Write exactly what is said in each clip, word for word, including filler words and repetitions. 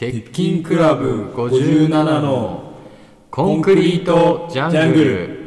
鉄筋クラブごじゅうななのコンクリートジャングル。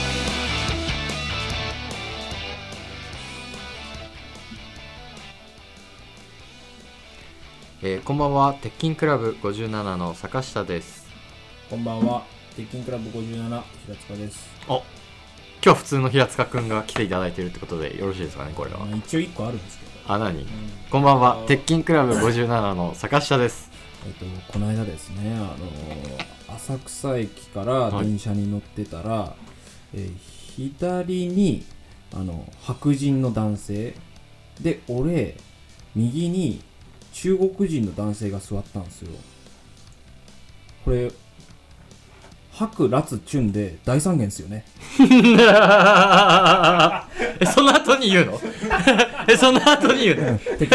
えー、こんばんは。鉄筋クラブごじゅうななの坂下です。 こんばんは。鉄筋クラブごじゅうなな平塚です。 お、今日は普通の平塚くんが来ていただいているってことでよろしいですかね。これは一応いっこあるんですけど。 あ、何、うん、こんばんは。鉄筋クラブごじゅうななの坂下です。 えっとこの間ですね、あのー、浅草駅から電車に乗ってたら、はい、えー、左にあの白人の男性で、俺右に中国人の男性が座ったんですよ。これ白ラツチュンで大三元ですよね。 え、その後に言うの？え、その後に言うの？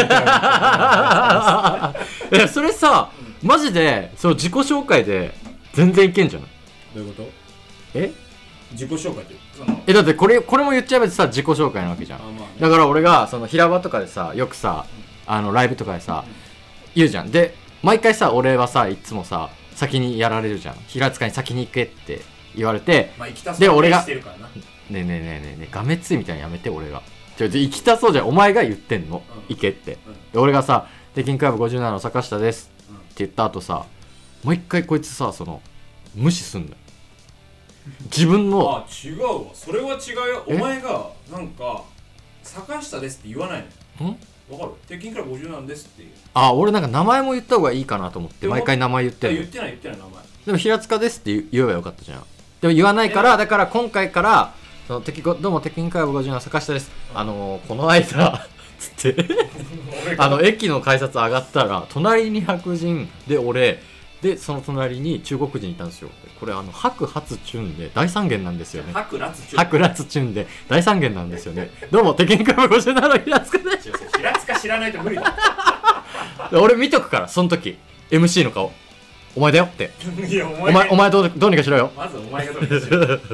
いや、それさ、マジでその自己紹介で全然いけんじゃん。 どういうこと？ え？ 自己紹介ってそのえ、だってこれこれも言っちゃえばさ、自己紹介なわけじゃん。 あ、まあね、 だから俺がその平場とかでさ、よくさ、うん、あのライブとかでさ、うん、言うじゃん。で毎回さ、俺はさ、いつもさ先にやられるじゃん。平塚に先に行けって言われて、 まあ、行きたそうで俺がしてるからな。ねえねえねえねえねえ、がめついみたいにやめて。俺がちょ行きたそうじゃん。お前が言ってんの、うん、行けって、うん、で俺がさ、鉄筋クラブごじゅうななの坂下です、うん、って言った後さ、もう一回こいつさ、その無視すんだよ。自分のあ、違うわ、それは違うよ。お前がなんか坂下ですって言わないの。んわかる？鉄筋クラブごじゅうななですっていう。 あ、俺なんか名前も言った方がいいかなと思って毎回名前言ってる。 言ってない言ってない名前。 でも平塚ですって言えばよかったじゃん。でも言わないから、だから今回からその鉄筋、どうも鉄筋クラブごじゅうなな坂下です、うん、あのー、この間つってあの駅の改札上がったら隣に白人で俺で、その隣に中国人いたんですよ。これあの白発チュンで大三元なんですよね。 白ラツチュン白ラツチュンで大三元なんですよね。どうも鉄筋クラブごじゅうななの平塚です。 平塚知らないと無理だ。 俺見とくから、その時 エムシー の顔お前だよって。 いや、お前お前、お前どう、どうにかしろよ。 まずお前がどうにかしろよ。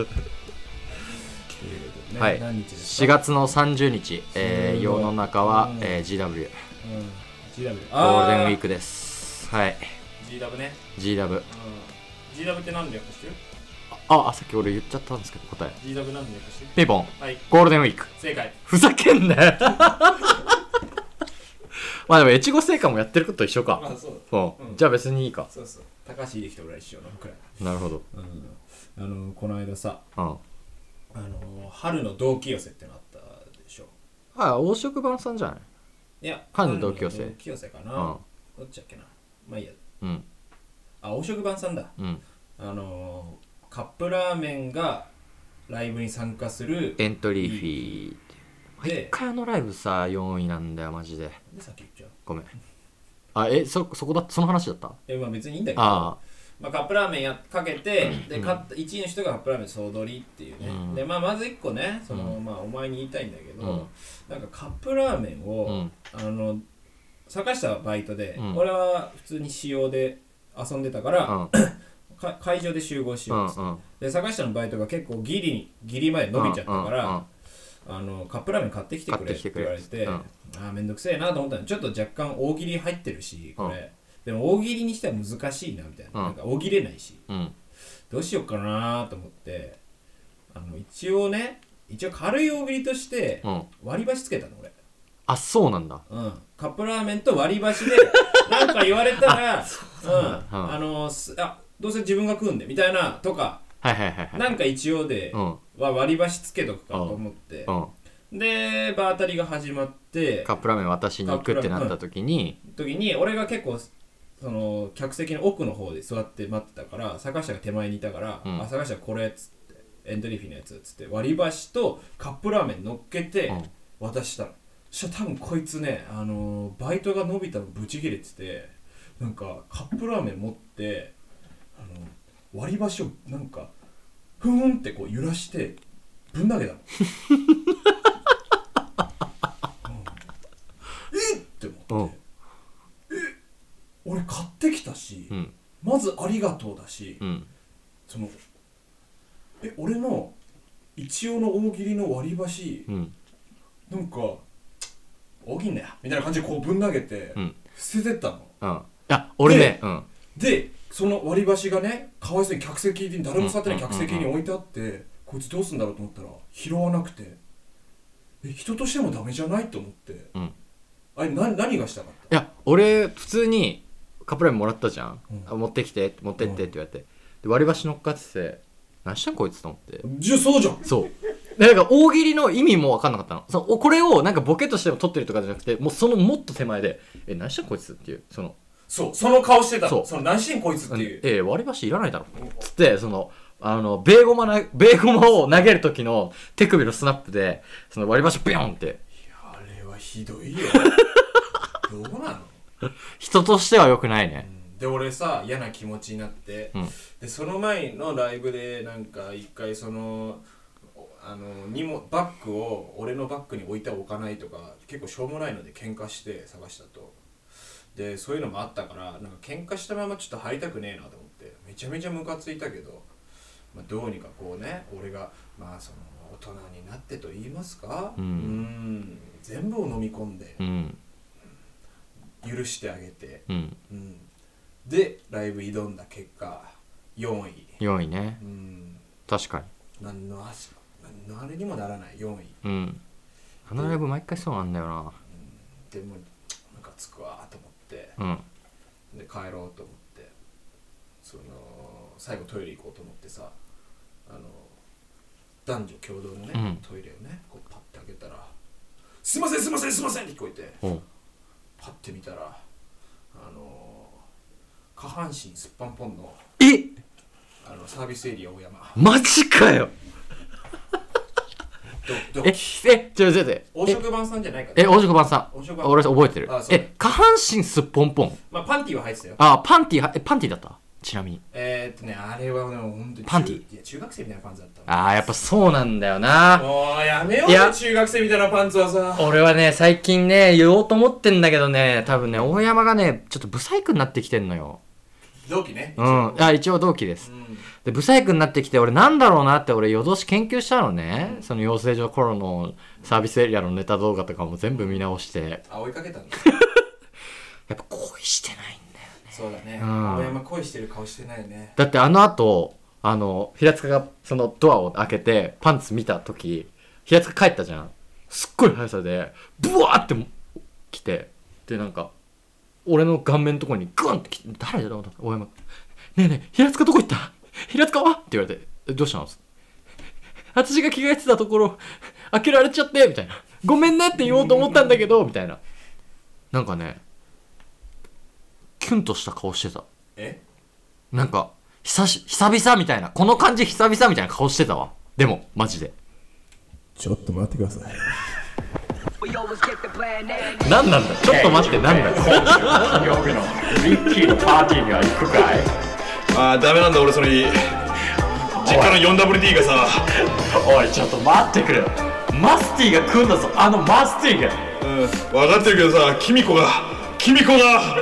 はい、しがつのさんじゅうにち、えー、世の中は、えー、ジーダブリュー、うん、 ジーダブリューゴールデンウィークです。はい、 ジーダブリュー ね。 ジーダブリュー、 うん、ジーダブリュー って何で訳してる？ ああ、さっき俺言っちゃったんですけど答え。 ジーダブリュー 何で訳してる？ ピンポン、 はい、 ゴールデンウィーク。 正解。 ふざけんなよ。まあでも越後製菓もやってることと一緒か。 あ、そうそう、うん、じゃあ別にいいか。 そうそう、高橋秀樹と俺は一緒のくらい。 なるほど、 うん、あのこの間さ、 うん、 あの春の同期寄せってのあったでしょ。 あ、黄色番さんじゃない？ いや、 春の同期寄せ。 同期寄せかな、うん、どっちだっけな。まあいいや、 うん、 あ、黄色番さんだ、 うん、 あのカップラーメンがライブに参加するエントリーフィーで、毎回あのライブさよんいなんだよマジで。 でさっき言っちゃう、 ごめん。あ、え、そ、そこだ、その話だった？ え、まあ別にいいんだけど、 あ、 まあ、カップラーメンやかけて、で、勝ったいちいの人がカップラーメン総取りっていうね、うん、で、まあ、まずいっこね、その、うん、まあ、お前に言いたいんだけど、うん、なんかカップラーメンを、うん、あの坂下はバイトで、うん、俺は普通に仕様で遊んでたから、うん、か会場で集合しようっつって、うんうん、で坂下のバイトが結構ギリギリまで伸びちゃったから、うんうんうん、あのカップラーメン買ってきてくれって言われて、うん、あーめんどくせえなと思ったの。ちょっと若干大喜利入ってるしこれ、うん、でも大喜利にしては難しいなみたいな、うん、なんか大喜れないし、うん、どうしようかなと思って、あの一応ね、一応軽い大喜利として割り箸つけたの俺。 あ、そうなんだ、 うん、カップラーメンと割り箸でなんか言われたらあ、うん、あのあ、どうせ自分が食うんでみたいなとか、 はいはいはいはい、 なんか一応で、うん、割り箸つけとくかと思って、うんうん、で場当たりが始まって、 カップラーメン渡しに行くってなった時に、 うん、時に俺が結構その客席の奥の方で座って待ってたから、坂下が手前にいたから、うん、あ、坂下これっつってエントリーフィーのやつっつって割り箸とカップラーメン乗っけて渡したの、うん、そしたら多分こいつね、あのー、バイトが伸びたのブチ切れてて、なんかカップラーメン持ってあの割り箸をなんかふーんってこう揺らしてぶん投げたの。うん、えっって思って、うん、え、俺買ってきたし、うん、まずありがとうだし、うん、そのえ、俺の一応の大喜利の割り箸、うん、なんか大喜利んだよみたいな感じでこうぶん投げて、うん、捨ててったの、 や俺ねうんでその割り箸がねかわいそうに客席に誰も座ってない客席に置いてあって、うんうんうんうん、こいつどうすんだろうと思ったら拾わなくて、え人としてもダメじゃないと思って、うん、あれな何がしたかった？ いや俺普通にカップラーメンもらったじゃん、うん、持ってきて持ってってって言われて、うん、で割り箸乗っかってて何したんこいつと思ってじゃそうじゃんそうでなんか大喜利の意味も分かんなかったの。そのこれをなんかボケとしても取ってるとかじゃなくてもうそのもっと手前でえ何したんこいつっていうそのそうその顔してたのその何してんこいつっていうえ割り箸いらないだろつってそのあのベーゴマなベーゴマを投げる時の手首のスナップでその割り箸ビヨンっていやあれはひどいよどうなの人としては良くないね、 うん、で俺さ嫌な気持ちになって、うん、でその前のライブでなんか一回そのあのにもバッグを俺のバッグに置いては置かないとか結構しょうもないので喧嘩して探したとでそういうのもあったからなんか喧嘩したままちょっと入りたくねえなと思ってめちゃめちゃムカついたけど、まあ、どうにかこうね俺がまあその大人になってと言いますか、うん、うん全部を飲み込んで、うん、許してあげて、うんうん、でライブ挑んだ結果よんいよんいね、うん、確かに何の足何のあれにもならないよんい、 うん、あのライブ毎回そうなんだよな、うん、 でもムカつくわと思って、うん、で帰ろうと思ってその最後トイレ行こうと思ってさあの男女共同のね、うん、トイレをねこうパッて開けたらすいませんすいませんすいませんって聞こえて、うん、パッて見たらあの下半身すっぱんぽんのえあのサービスエリア大山マジかよどどええちょちょちょ黄色番さんじゃないかえ黄色番さん俺覚えてるえ下半身すっぽんぽんまあパンティは入ってたよあパンティはえパンティだったちなみにえー、っとねあれはね本当にパンティいや中学生みたいなパンツだったあーやっぱそうなんだよなもうやめようよ中学生みたいなパンツはさ俺はね最近ね言おうと思ってんだけどね多分ね大山がねちょっとブサイクになってきてんのよ同期ねうんあ一応同期です、うん、でブサイクになってきて俺なんだろうなって俺夜通し研究したのね、うん、その養成所頃のサービスエリアのネタ動画とかも全部見直してあ追いかけたんだやっぱ恋してないんだよねそうだね、うん、大山恋してる顔してないねだってあの後あの平塚がそのドアを開けてパンツ見た時平塚帰ったじゃんすっごい速さでブワーって来てでなんか俺の顔面のところにグンって来て誰だろうと大山ねえねえ平塚どこ行った平塚はって言われてえどうしたの私が着替えてたところ開けられちゃってみたいなごめんねって言おうと思ったんだけどみたいななんかねキュンとした顔してたえなんか久し久々みたいなこの感じ久々みたいな顔してたわでもマジでちょっと待ってください何なんだちょっと待って何だよ金曜日のリッキーのパーティーには行くかいあーダメなんだ俺それ実家の フォーダブリューディー がさおいちょっと待ってくれマスティが来んだぞあのマスティがうん分かってるけどさキミコがキミコが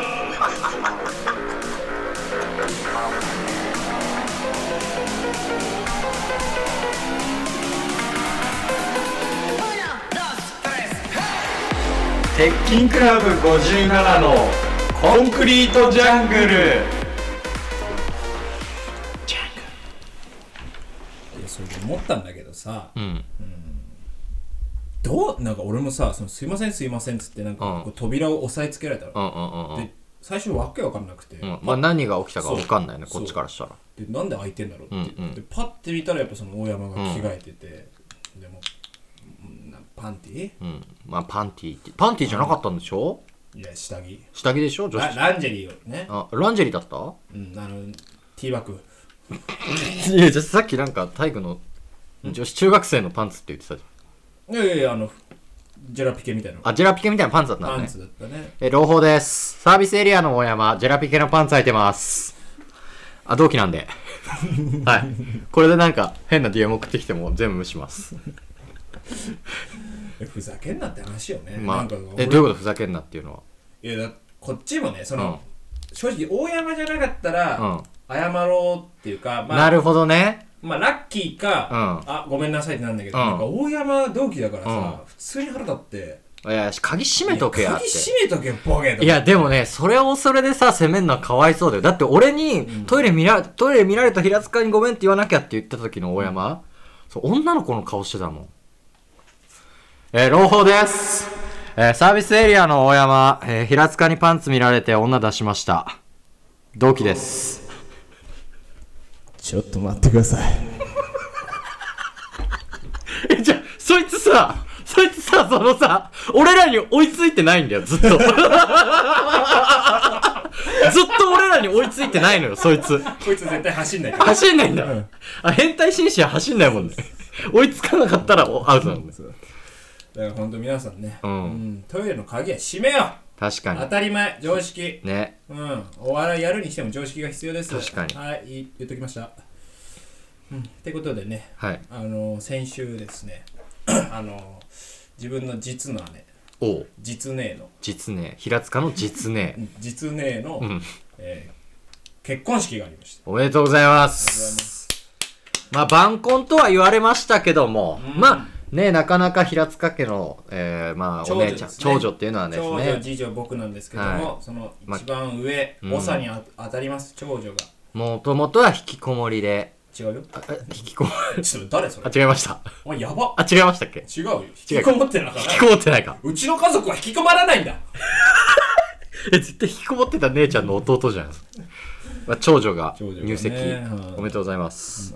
鉄筋クラブごじゅうななのコンクリートジャングルジャングルいやそれで思ったんだけどさ、うんうん、どうなんか俺もさそのすいませんすいませんっつってなんかこう扉を押さえつけられたの、うんうんうん、で最初わけわかんなくて、 うんまあ、何が起きたかわかんないねこっちからしたらでなんで開いてんだろうって、うんうん、でパッて見たらやっぱその大山が着替えてて、うん、でもパンティー、 うんまあ、パンティーってパンティーじゃなかったんでしょ、 うん、いや下着下着でしょ女子ランジェリーをねあランジェリーだったうんあのティーバッグいやじゃさっきなんか体育の女子中学生のパンツって言ってたじゃんいやいやいやあのジェラピケみたいなあジェラピケみたいなパンツだったんだねパンツだったねえ朗報ですサービスエリアの大山ジェラピケのパンツ履いてますあ同期なんではいこれでなんか変な ディーエム 送ってきても全部無視しますふざけんなって話よね、 まあ、 なんかえどういうことふざけんなっていうのはいやだこっちもねその、うん、正直大山じゃなかったら、うん、謝ろうっていうか、 まあ、なるほどねまあラッキーか、うん、あごめんなさいってなんだけど、うん、なんか大山同期だからさ、うん、普通に腹立っていや鍵閉めとけやって。 鍵閉めとけよボケと。 いやでもねそれをそれでさ責めんのはかわいそうだよ。だって俺に、うん、トイレ見らトイレ見られた平塚にごめんって言わなきゃって言った時の大山、うん、そう女の子の顔してたもん。えー、朗報です、えー、サービスエリアの大山、えー、平塚にパンツ見られて女出しました。同期です。 ちょっと待ってください。 えじゃあそいつさそいつさ、そのさ、俺らに追いついてないんだよ、ずっと。ずっと俺らに追いついてないのよ、そいつ。 こいつ絶対走んないから。 走んないんだ。うん、あ、変態紳士は走んないもんね。追いつかなかったらアウトなんだよ。 だからほんと皆さんね、うんうん、トイレの鍵は閉めよう。 確かに。 当たり前、常識。 ね。 うん。お笑いやるにしても常識が必要です。 確かに。 はい、言っときました。うん。ってことでね、 はい。 あの、先週ですね、あの、自分の実の姉、 おう実姉の実姉平塚の実姉実姉の、うんえー、結婚式がありました。 おめでとうございます。まあ晩婚とは言われましたけども、うん、まあねなかなか平塚家の、えー、まあお姉ちゃん長女っていうのはですね、 長女次女僕なんですけども、はい、その一番上、ま、長にあ当たります長女がもともとは引きこもりで違うよ。 引きこもり。 ちょっと誰それ。 あ、違いました。 お前やば。 あ、違いましたっけ。 違うよ。引きこもってなかった。 引きこもってないか。 うちの家族は引きこもらないんだ。 え、絶対引きこもってた姉ちゃんの弟じゃん。まあ、長女が入籍、ね、おめでとうございます、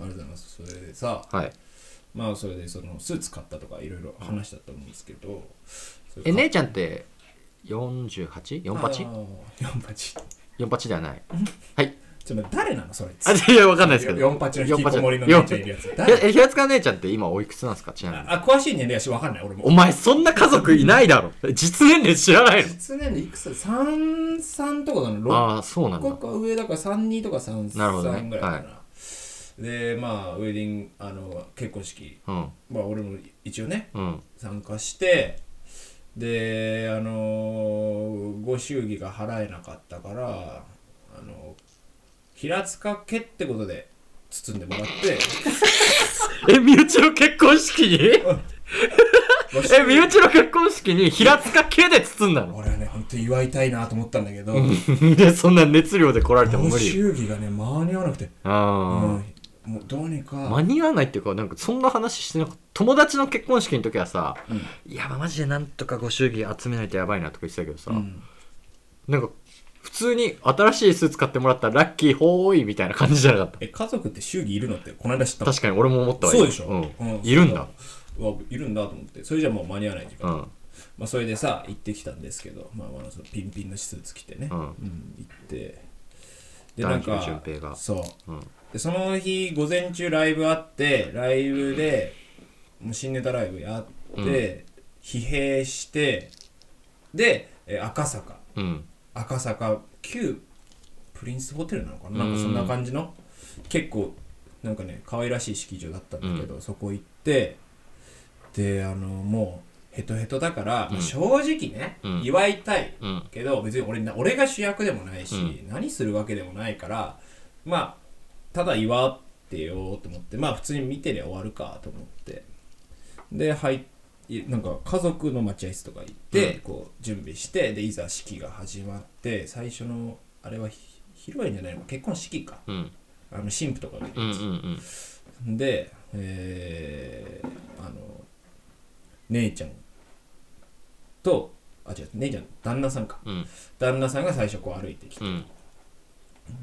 うん。ありがとうございます。それでさ、 はい。 まあそれでそのスーツ買ったとかいろいろ話したと思うんですけど。 え、姉ちゃんってよんじゅうはち？ よんじゅうはち？ よんじゅうはち。 よんじゅうはちではない。はい。 ちょっと誰なのそれ。 あ、いや、わかんないですけど。 よんじゅうはちの引きこもりの姉ちゃんいるやつ。 え、平塚姉ちゃんって今おいくつなんですかちなみに。 あ、詳しい年齢はしわかんない俺も。 お前そんな家族いないだろ。実年齢知らないの。 実年齢いくつ ?さん、さんとかだな。 ああ、そうなんだ。 ろっこ上だからさん、にとかさん、さんぐらいかな。 はい、 で、まあウェディング、あの、結婚式。うん、まあ俺も一応ね、うん、参加して、で、あのー、ご祝儀が払えなかったから、あの、平塚家ってことで包んでもらってえ、身内の結婚式にえ、身内の結婚式に平塚家で包んだの。 俺はね、ほんと祝いたいなと思ったんだけどで、そんな熱量で来られても無理。 ご祝儀がね、間に合わなくて。ああ、うん、もうどうにか間に合わないっていうか、なんかそんな話してなかった。友達の結婚式の時はさ、うん、いやマジでなんとかご祝儀集めないとやばいなとか言ってたけどさ、うん、なんか普通に新しいスーツ買ってもらったらラッキーほーいみたいな感じじゃなかった。 え、家族って祝儀いるのってこの間知った。 確かに俺も思ったわ。 そうでしょ、 うんうん、いるんだ。 うわ、いるんだと思って、それじゃもう間に合わない時間、うん、まあそれでさ行ってきたんですけど、まあ、まあそのピンピンのスーツ着てね、うんうん、行ってでなんかそう、うん、でその日午前中ライブあってライブでもう新ネタライブやって、うん、疲弊してでえ赤坂、うん、赤坂旧プリンスホテルなのかな、なんかそんな感じの結構なんかね可愛らしい式場だったんだけど、うん、そこ行ってであのもうヘトヘトだから、うんまあ、正直ね、うん、祝いたいけど、うん、別に 俺, 俺が主役でもないし、うん、何するわけでもないからまあただ祝ってよと思ってまあ普通に見てりゃ終わるかと思ってではいなんか家族の待合室とか行って、うん、こう準備してでいざ式が始まって最初のあれは披露宴じゃないのか結婚式か、うん、あの新婦とかがいるやつ、うんうんうん、で、えー、あの姉ちゃんとあ違う姉ちゃん旦那さんか、うん、旦那さんが最初こう歩いてきて、うん、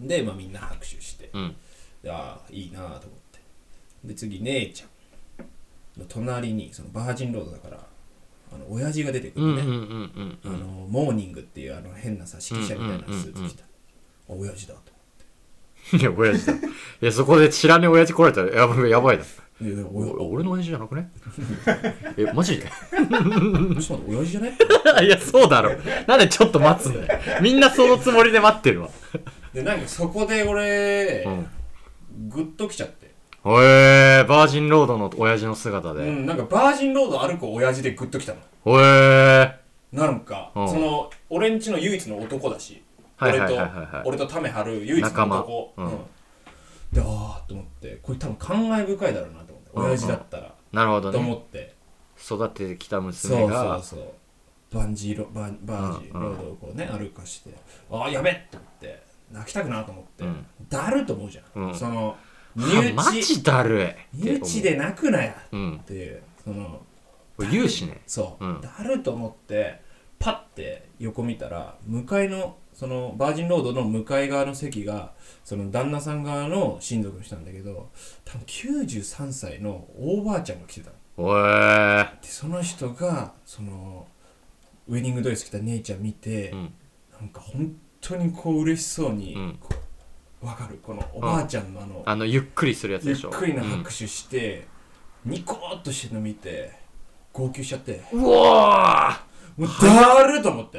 で、まあ、みんな拍手して、うん、でああいいなと思ってで次姉ちゃんの隣にそのバージンロードだからあの親父が出てくるね、うんうんうんうん、あのモーニングっていうあの変なさ指揮者みたいなスーツ着た、うんうんうん、あ親父だと思っていや親父だいやそこで知らねえ親父来られたらやばいやばいだいや俺の親父じゃなくねえマジで親父じゃないいやそうだろなんでちょっと待つんだよみんなそのつもりで待ってるわでなんかそこで俺、うん、グッときちゃってへえー、バージンロードの親父の姿でうんなんかバージンロード歩く親父でグッときたのへえー、なんか、うん、その俺んちの唯一の男だし俺と俺とタメ張る唯一の男、うんうん、であーと思ってこれ多分感慨深いだろうなと思って、うんうん、親父だったらなるほどねと思って育ててきた娘がそうそうそうバンジーロバンバージーロードをこうね、歩かして、ああやべっと思って泣きたくなと思って、うん、だると思うじゃん、うん、その身内マジだるい身内で泣くなやっていう、うん、その言うしね、 そう、うん、だると思ってパッて横見たら向かいのそのバージンロードの向かい側の席がその旦那さん側の親族の人なんだけど、多分きゅうじゅうさんさいのおばあちゃんが来てたの。 おーでその人がそのウェディングドレス着た姉ちゃん見て、うん、なんか本当にこう嬉しそうに、うん、こう分かるこのおばあちゃんのあの、 うん、あのゆっくりするやつでしょ。 ゆっくりな拍手して、うん、ニコーっとしてるの見て号泣しちゃって、 うわーもうだると思って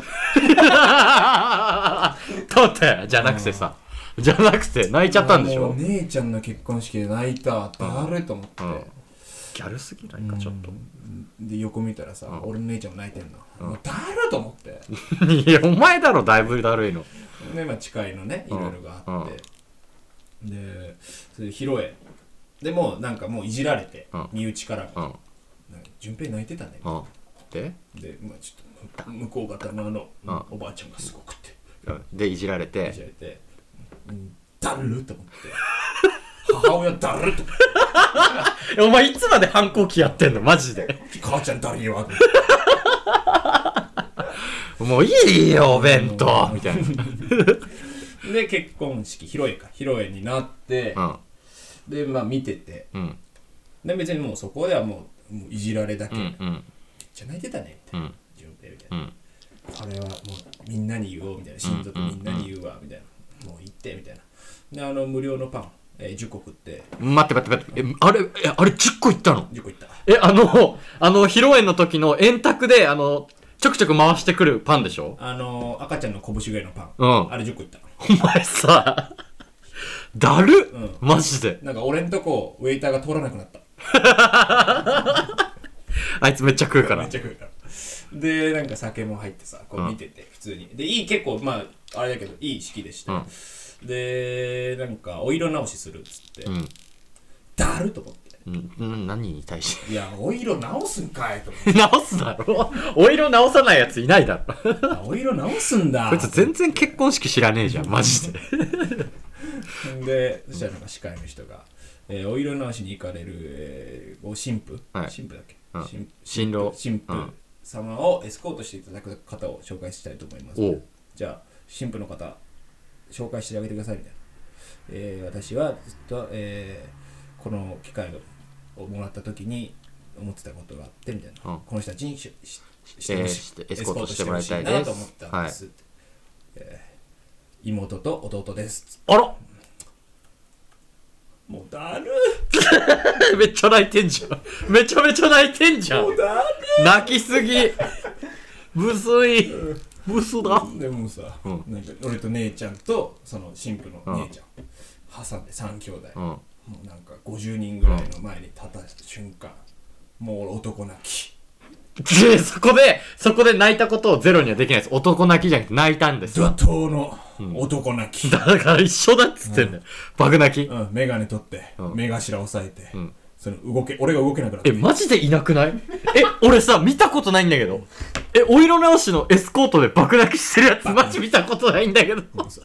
通ったじゃなくてさ、じゃなくて泣いちゃったんでしょ。 姉ちゃんの結婚式で泣いた、だると思って、うんうん、 ギャルすぎないかちょっと、 で横見たらさ、うん、俺の姉ちゃんも泣いてんの、うん、もうだると思っていやお前だろだいぶだるいので、まあ、近いのねいろいろがあって、うん、でそれで披露宴でもなんかもういじられて、うん、身内から、うん、順平泣いてたね、うん、でで、まあ、ちょっと向こう方のあの、うん、おばあちゃんがすごくて、 うん、でいじられていじられて、うん、だると思って母親だると思ってお前いつまで反抗期やってんのマジで母ちゃんだるいわもういいよお弁当みたいなで結婚式披露宴か披露宴になって、うん、でまあ見てて、うん、で別にもうそこではもう、もういじられだけ、うんうん、めっちゃ泣いてたねみたいな、順平みたいな、うん、これはもうみんなに言おうみたいな、親族みんなに言うわみたいな、もう言ってみたいな。であの無料のパン、えー、じゅっこ食って、 待って待って待って、えあれえあれじゅっこいったの？ じゅっこいった。 えあのあの披露宴の時の円卓であのちょくちょく回してくるパンでしょ？ あの赤ちゃんの拳ぐらいのパン、 うん、 あれじゅっこいった。 お前さだる、うん、マジでなんか俺んとこウェイターが通らなくなったあいつめっちゃ食うからめっちゃ食うからでなんか酒も入ってさこう見てて、うん、普通にでいい結構まああれだけどいい式でした、うん、でなんかお色直しするっつって、うん、だると思って、 うん、何に対していやお色直すんかいと思って直すだろお色直さないやついないだろお色直すんだこいつ全然結婚式知らねえじゃんマジででそしたらなんか司会の人が、えー、お色直しに行かれる、えー、お神父、はい、神父だっけ、うん、 新郎神父様をエスコートしていただく方を紹介したいと思います、ね、じゃあ神父の方紹介してあげてくださいみたいな、えー、私はずっと、えー、この機会をもらった時に思ってたことがあってみたいな、うん、この人たちにしししてほしい、 えー、エスコートしてもらいたいですなと思ったんです、はいえー、妹と弟ですあらもうだるめっちゃ泣いてんじゃんめちゃめちゃ泣いてんじゃんもうだる泣きすぎブスいブスだでもさ、うん、なんか俺と姉ちゃんとその新婦の姉ちゃん、うん、挟んでさん兄弟、うん、もうなんかごじゅうにんぐらいの前に立たした瞬間、うん、もう男泣きでそこでそこで泣いたことをゼロにはできないです。男泣きじゃなくて泣いたんです怒涛の男泣き、 うん、だから一緒だっつってんだよ、うん、バグ泣き、 うん、メガネ取って、うん、目頭押さえて、うん、その動け俺が動けなくなってえマジでいなくないえ俺さ見たことないんだけどえお色直しのエスコートでバグ泣きしてるやつマジ見たことないんだけどだる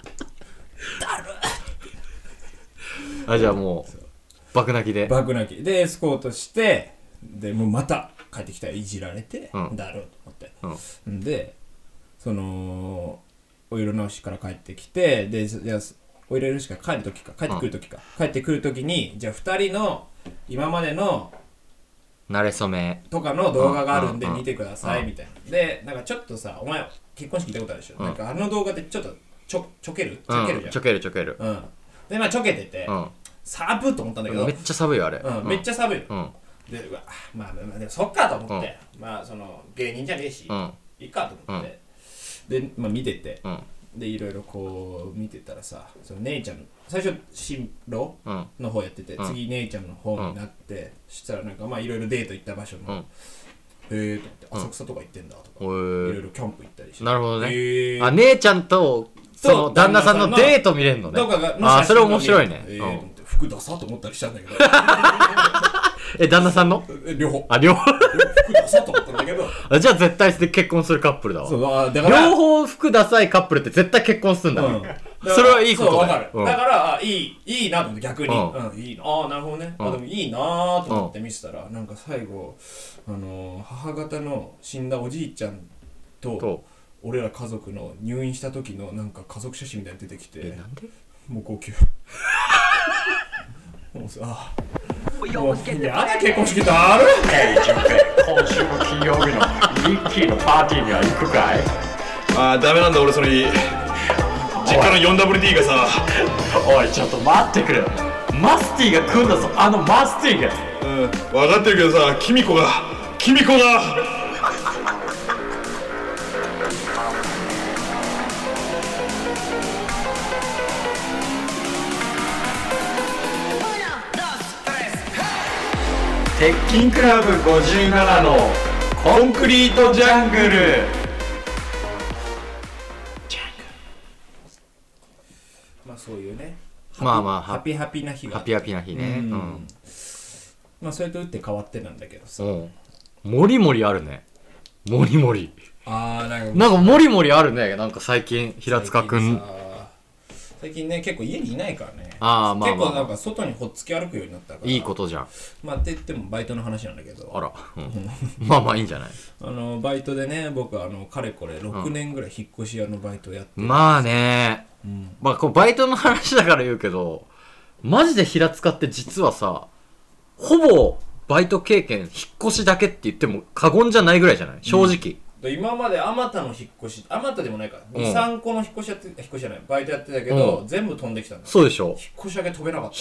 あじゃあもうバグ泣きでバグ泣きでエスコートしてでもうまた帰ってきたらいじられて、うん、だろうと思って、うん、でそのお色直しから帰ってきてでじゃあお色直しから帰る時か帰ってくる時か、うん、帰ってくる時にじゃあふたりの今までの慣れ初めとかの動画があるんで見てくださいみたいなでなんかちょっとさお前結婚式行ったことあるでしょ、うん、なんかあの動画でちょっとちょちょけるちょけるじゃん、うん、 ちょけるちょける、 うん、でまあちょけてて、うん、寒っと思ったんだけどめっちゃ寒いよあれ、 うん、めっちゃ寒い、うんでうわまあまあでもそっかと思って、うん、まあその芸人じゃねえし、うん、いいかと思って、うん、でまあ見てて、うん、でいろいろこう見てたらさその姉ちゃん最初新郎の方やってて、うん、次姉ちゃんの方になって、うん、そしたらなんかまあいろいろデート行った場所の、うん、へえと思って浅草とか行ってんだとか、いろいろキャンプ行ったりしてなるほどねあ姉ちゃんとその旦那さんのデート見れるのねとかがあそれ面白いね、 えー、と思って服ダサと思ったりしたんだけどえ、旦那さんの両方。 あ、両方服出そうと思ったんだけど。 じゃあ絶対結婚するカップルだわ。 そうあだから両方服ダサいカップルって絶対結婚するんだ、うん、それはいいことだよ。 そう、わかる。うん、だから、あ、いい、いいなと思って逆に。うん、うん、いいな。ああ、なるほどね。うん、あ、でもいいなと思って見せたら、なんか最後、あのー、母方の死んだおじいちゃんと、俺ら家族の入院した時のなんか家族写真みたいに出てきて。 え、なんでもう号泣。もうさ、もうやだ結婚式だる。 えい、純平、今週の金曜日のリッキーのパーティーには行くかい？ あー、ダメなんだ俺それ実家の フォーダブリューディー がさ。 おい、ちょっと待ってくれ。マスティが来んだぞ、あのマスティが。 うん、分かってるけどさ、キミコがキミコが鉄筋クラブごじゅうななのコンクリートジャングル。 まあそういうね、 まあまあハピハピな日がハピハピな日ね。うん、うん、 まあそれと打って変わってなんだけどさ、うん、 もりもりあるね。もりもり。 あー、なんかなんかもりもりあるね。なんか最近平塚くん最近ね、結構家にいないからね。 あー、まあまあ、 結構なんか外にほっつき歩くようになったから。 いいことじゃん。 まあって言ってもバイトの話なんだけど。 あら、うん、まあまあいいんじゃない。 あのバイトでね、僕はあのかれこれろくねんぐらい引っ越し屋のバイトやってる、 うん、まあね、うん、まあこうバイトの話だから言うけど、マジで平塚って実はさ、ほぼバイト経験引っ越しだけって言っても過言じゃないぐらいじゃない、正直。 うん、今まであまたの引っ越し、あまたでもないから、に、さんこの引っ越しやって、引っ越しじゃない、バイトやってたけど、うん、全部飛んできたんだ。 そうでしょ。 引っ越しだけ飛べなかった。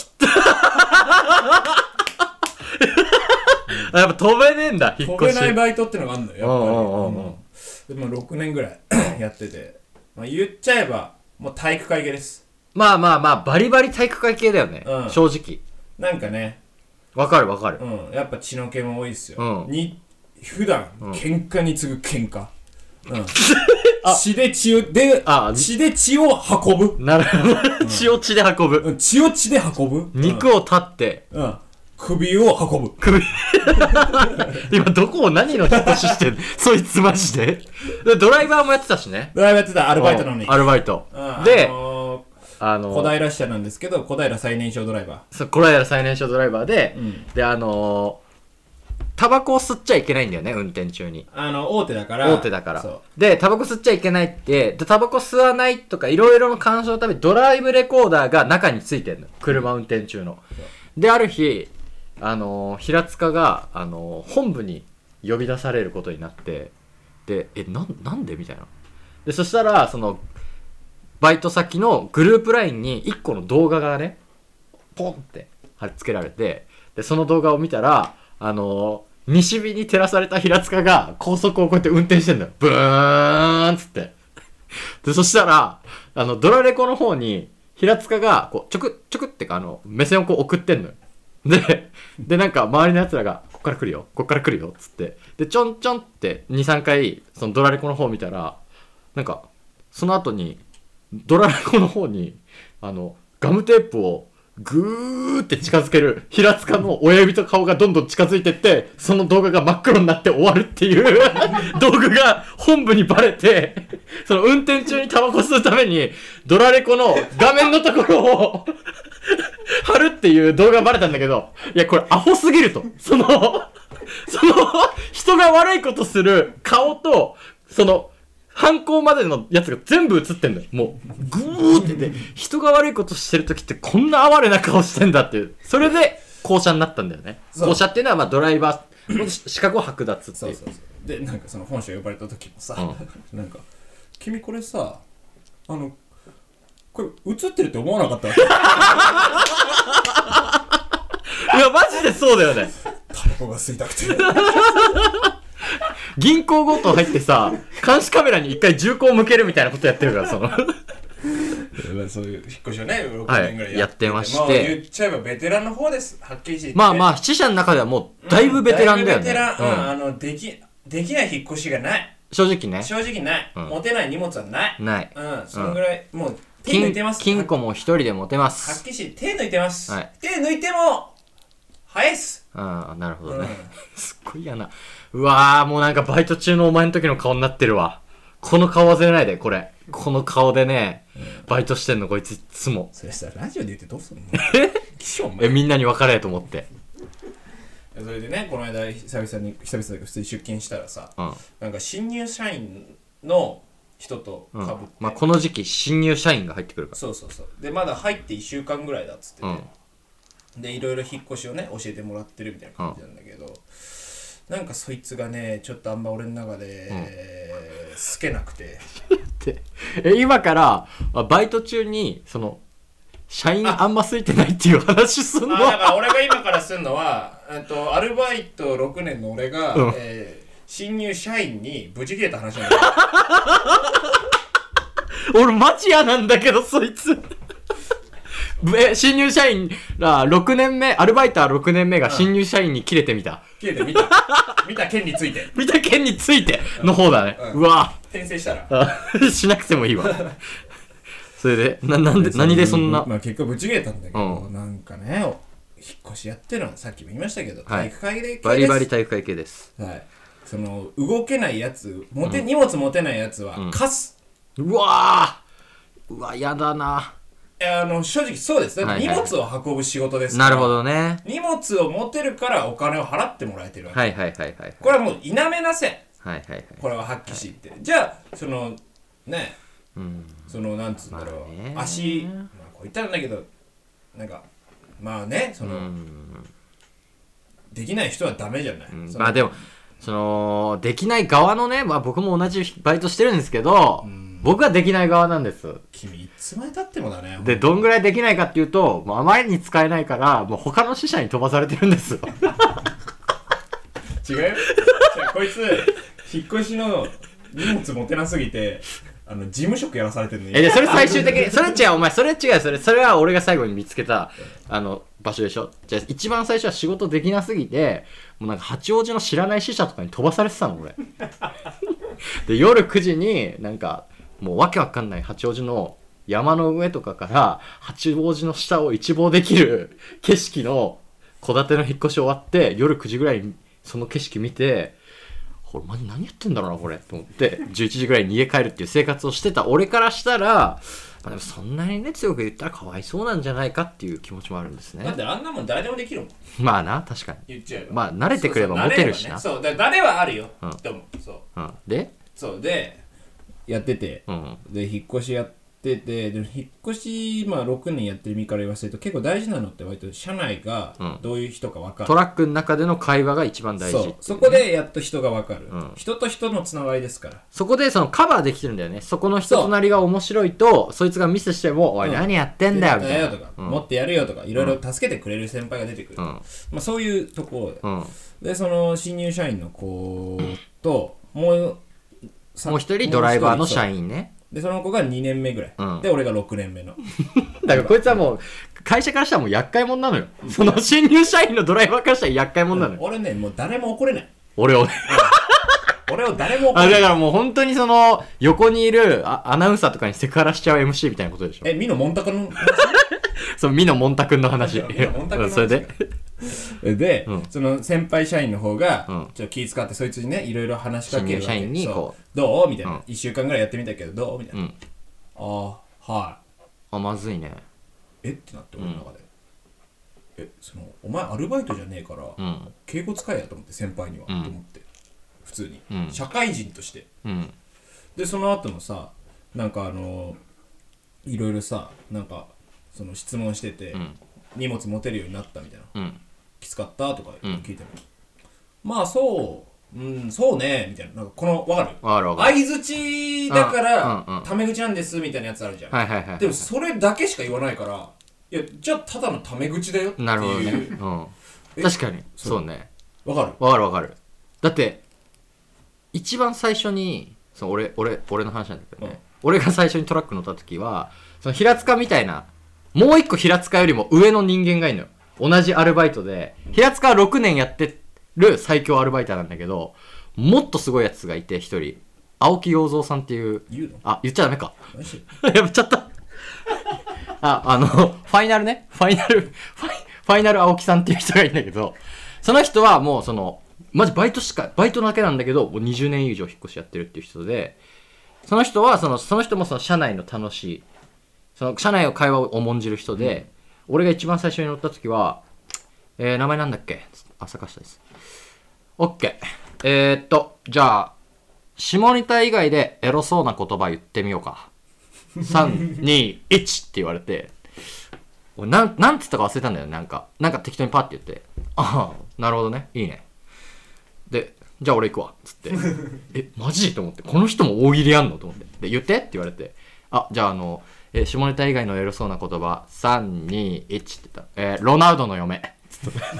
やっぱ飛べねえんだ、引っ越し。 飛べないバイトってのがあるのよ、やっぱり。うん、でもろくねんぐらいやってて、まあ、言っちゃえば、もう体育会系です。 まあまあまあ、バリバリ体育会系だよね、うん、正直。 なんかね、 わかるわかる。 うん、やっぱ血の気も多いっすよ。うん、に普段、うん、喧嘩に次ぐ喧嘩。うん、血で血を、で、あ血で血を運ぶ。 なるほど。うん、血を血で運ぶ。 うん、血を血で運ぶ。 肉を立って。 うん。首を運ぶ。 首。今どこを何の引っ越ししてんのそいつマジで。ドライバーもやってたしね。 ドライバーやってた、アルバイトなのに。 アルバイト。 うん、 で、 あのー、あのー、小平支社なんですけど、小平最年少ドライバー。 そう、小平最年少ドライバーで、うん、で、あのー、タバコを吸っちゃいけないんだよね、運転中に。 あの、大手だから。 大手だから。で、タバコ吸っちゃいけないって、で、タバコ吸わないとか、いろいろの干渉のためにドライブレコーダーが中についてんの。車運転中の。で、ある日、あのー、平塚が、あのー、本部に呼び出されることになって、で、え、な、なんでみたいな。で、そしたら、その、バイト先のグループラインにいっこの動画がね、ポンって貼り付けられて、で、その動画を見たら、あのー、西日に照らされた平塚が高速をこうやって運転してんだよ。ブーンっつって。で、そしたら、あの、ドラレコの方に、平塚が、こう、ちょく、ちょくってか、あの、目線をこう送ってんのよ。で、で、なんか、周りの奴らが、こっから来るよ、こっから来るよ、つって。で、ちょんちょんって、に、さんかい、そのドラレコの方見たら、なんか、その後に、ドラレコの方に、あの、ガムテープを、ぐーって近づける平塚の親指と顔がどんどん近づいてって、その動画が真っ黒になって終わるっていう動画が本部にバレて、その運転中にタバコ吸うためにドラレコの画面のところを貼るっていう動画バレたんだけど、いやこれアホすぎると。その、その人が悪いことする顔と、その、犯行までのやつが全部映ってんだよ。もう、ぐーってて、人が悪いことしてるときってこんな哀れな顔してんだっていう。それで、降車になったんだよね。降車っていうのは、まあ、ドライバー、資格を剥奪っていう。 そうそうそう。で、なんかその本社呼ばれたときもさ、うん、なんか、君これさ、あの、これ映ってるって思わなかったわけいや、マジでそうだよね。 タバコが吸いたくて。 銀行強盗入ってさ、監視カメラに一回銃口を向けるみたいなことやってるから、そのそういう引っ越しをね、ろくねんぐらいやってまして、 まあ、言っちゃえばベテランの方です、はっきりして、 まあまあ、死者の中ではもうだいぶベテランだよね。 うん、だいぶベテラン、うん、あのできできない引っ越しがない。 正直ね。 正直ない。うん、持てない荷物はない。 ない。 うん、そのぐらい、うん、もう手抜いてます。 金庫も一人で持てます。 はっきりして手抜いてます。 はい、 手抜いても早いっす。 うああなるほどね、 うん、 すっごい嫌な。うわーもうなんかバイト中のお前の時の顔になってるわ。この顔忘れないで。これこの顔でね、うん、バイトしてんのこいついつも。 それさラジオで言ってどうすんのええみんなに分かれと思って。 それでねこの間久々に久々だけど普通に出勤したらさ、うん、なんか新入社員の人とかぶって、うん、 まあこの時期新入社員が入ってくるから。 そうそうそうでまだ入っていっしゅうかんぐらいだっつってね、うん、でいろいろ引っ越しをね教えてもらってるみたいな感じなんだけど、うん、なんかそいつがねちょっとあんま俺の中で、うん、好けなくてえ今からバイト中にその社員あんま空いてないっていう話すんの？ あだから俺が今からすんのはとアルバイトろくねんの俺が、うんえー、新入社員にブチ切れた話なんだよ俺マジ嫌なんだけどそいつえ新入社員らろくねんめアルバイターろくねんめが新入社員に切れてみた、 切れてみた見た件について見た件についての方だね、うん、うわ転生したらしなくてもいいわそれでななんで何でそんなまあ結果ぶち切れたんだけど、うん、なんかね引っ越しやってるのはさっきも言いましたけど、はい、体育会系ですバリバリ体育会系です。 はいその動けないやつ持て、うん、荷物持てないやつは貸す、 うん、うわーうわやだな。 いやあの正直そうです。だって荷物を運ぶ仕事ですから、はいはい、なるほどね。 荷物を持てるからお金を払ってもらえてるわけ。 はいはいはいはい、 これはもう否めなせん。 はいはいはい。 これは発揮しって、はい、じゃあそのね、うん、そのなんつうんだろう、まあ、足、まあ、こう言ったらんだけどなんかまあねその、うん、できない人はダメじゃない。うん、 まあでもそのできない側のね、まあ僕も同じバイトしてるんですけど、うん、僕はできない側なんです。 君いつまで経ってもだね。 でどんぐらいできないかっていうと、もうあまりに使えないからもう他の支社に飛ばされてるんですよ。 違うよ。じゃあこいつ引っ越しの荷物持てなすぎてあの事務職やらされてるのに。 えでそれ最終的にそれ違うお前それ違うそれそれは俺が最後に見つけたあの場所でしょ。じゃあ一番最初は仕事できなすぎてもうなんか八王子の知らない支社とかに飛ばされてたの俺。で夜くじになんかもうわけわかんない八王子の山の上とかから八王子の下を一望できる景色の戸建ての引っ越し終わって夜くじぐらいにその景色見てこれマジ何やってんだろうなこれと思ってじゅういちじぐらいに家帰るっていう生活をしてた俺からしたら、まあ、でもそんなにね強く言ったらかわいそうなんじゃないかっていう気持ちもあるんですね。 だってあんなもん誰でもできるもん。 まあな確かに言っちゃうよ。 まあ慣れてくればモテるしな。 そうそう、ね、そうだ誰はあるよ、うん、でもそう、 うん、でそうでやってて、うん、で引っ越しやっててで引っ越しまあろくねんやってる身から言わせると結構大事なのって割と社内がどういう人か分かる、 うん、トラックの中での会話が一番大事、ね、 そうそこでやっと人が分かる、うん、人と人のつながりですからそこでそのカバーできてるんだよね。そこの人となりが面白いと そ, そいつがミスしても、うん、おい何やってんだよみたいな、 とか、うん、持ってやるよとかいろいろ助けてくれる先輩が出てくる、うんまあ、そういうところ、うん、でその新入社員の子ともうもう一人ドライバーの社員ね。 でその子がにねんめぐらい、うん、で俺がろくねんめのだからこいつはもう会社からしたらもう厄介者なのよ。その新入社員のドライバーからしたら厄介者なのよ、 うん、俺ねもう誰も怒れない俺を俺を誰も怒れない。 あだからもう本当にその横にいるアナウンサーとかにセクハラしちゃう エムシー みたいなことでしょ。 えミノモンタ君の話そうミノモンタ君の話それでで、うん、その先輩社員の方が、うん、ちょっと気遣ってそいつにねいろいろ話しかけるわけ。 新入社員にこうどうみたいな、うん、いっしゅうかんぐらいやってみたけどどうみたいな、うん、ああはいあまずいねえってなって俺の中で、うん、えそのお前アルバイトじゃねえから、うん、敬語使えやと思って先輩には、うん、と思って普通に、うん、社会人として、うん、でその後のさなんかあのいろいろさなんかその質問してて、うん、荷物持てるようになったみたいな、うん、きつかったとか聞いても、うん、まあそううんそうねみたいな、なんかこの分かる相づちだから、うんうん、タメ口なんですみたいなやつあるじゃん、はいはいはいはい、でもそれだけしか言わないからいやじゃあただのタメ口だよっていう。 なるほどね、うん、確かにそうね分かる分かる分かる。だって一番最初にその 俺, 俺, 俺の話なんだけどね、うん、俺が最初にトラック乗った時はその平塚みたいなもう一個平塚よりも上の人間がいるのよ。同じアルバイトで平塚はろくねんやってる最強アルバイターなんだけどもっとすごいやつがいて一人青木陽三さんっていう言うのあ言っちゃダメかやっちゃったああのファイナルねファイナルファイファイナル青木さんっていう人がいるんだけどその人はもうそのマジバイトしかバイトだけなんだけどもうにじゅうねん以上引っ越しやってるっていう人で、その人はそのその人もその社内の楽しいその社内の会話を重んじる人で、うん、俺が一番最初に乗った時は、えー、名前なんだっけ、あ、坂下です。オッケー。えー、っとじゃあ下ネタ以外でエロそうな言葉言ってみようか。さん、に、いちって言われて、俺なんなんつったか忘れたんだよね。なんかなんか適当にパッて言って、ああなるほどね、いいね。でじゃあ俺行くわっつってえマジと思って、この人も大喜利やんのと思って、で言ってって言われて、あじゃああの、えー、下ネタ以外のエロそうな言葉さん、に、いちって言ったら、えー、ロナウドの嫁つって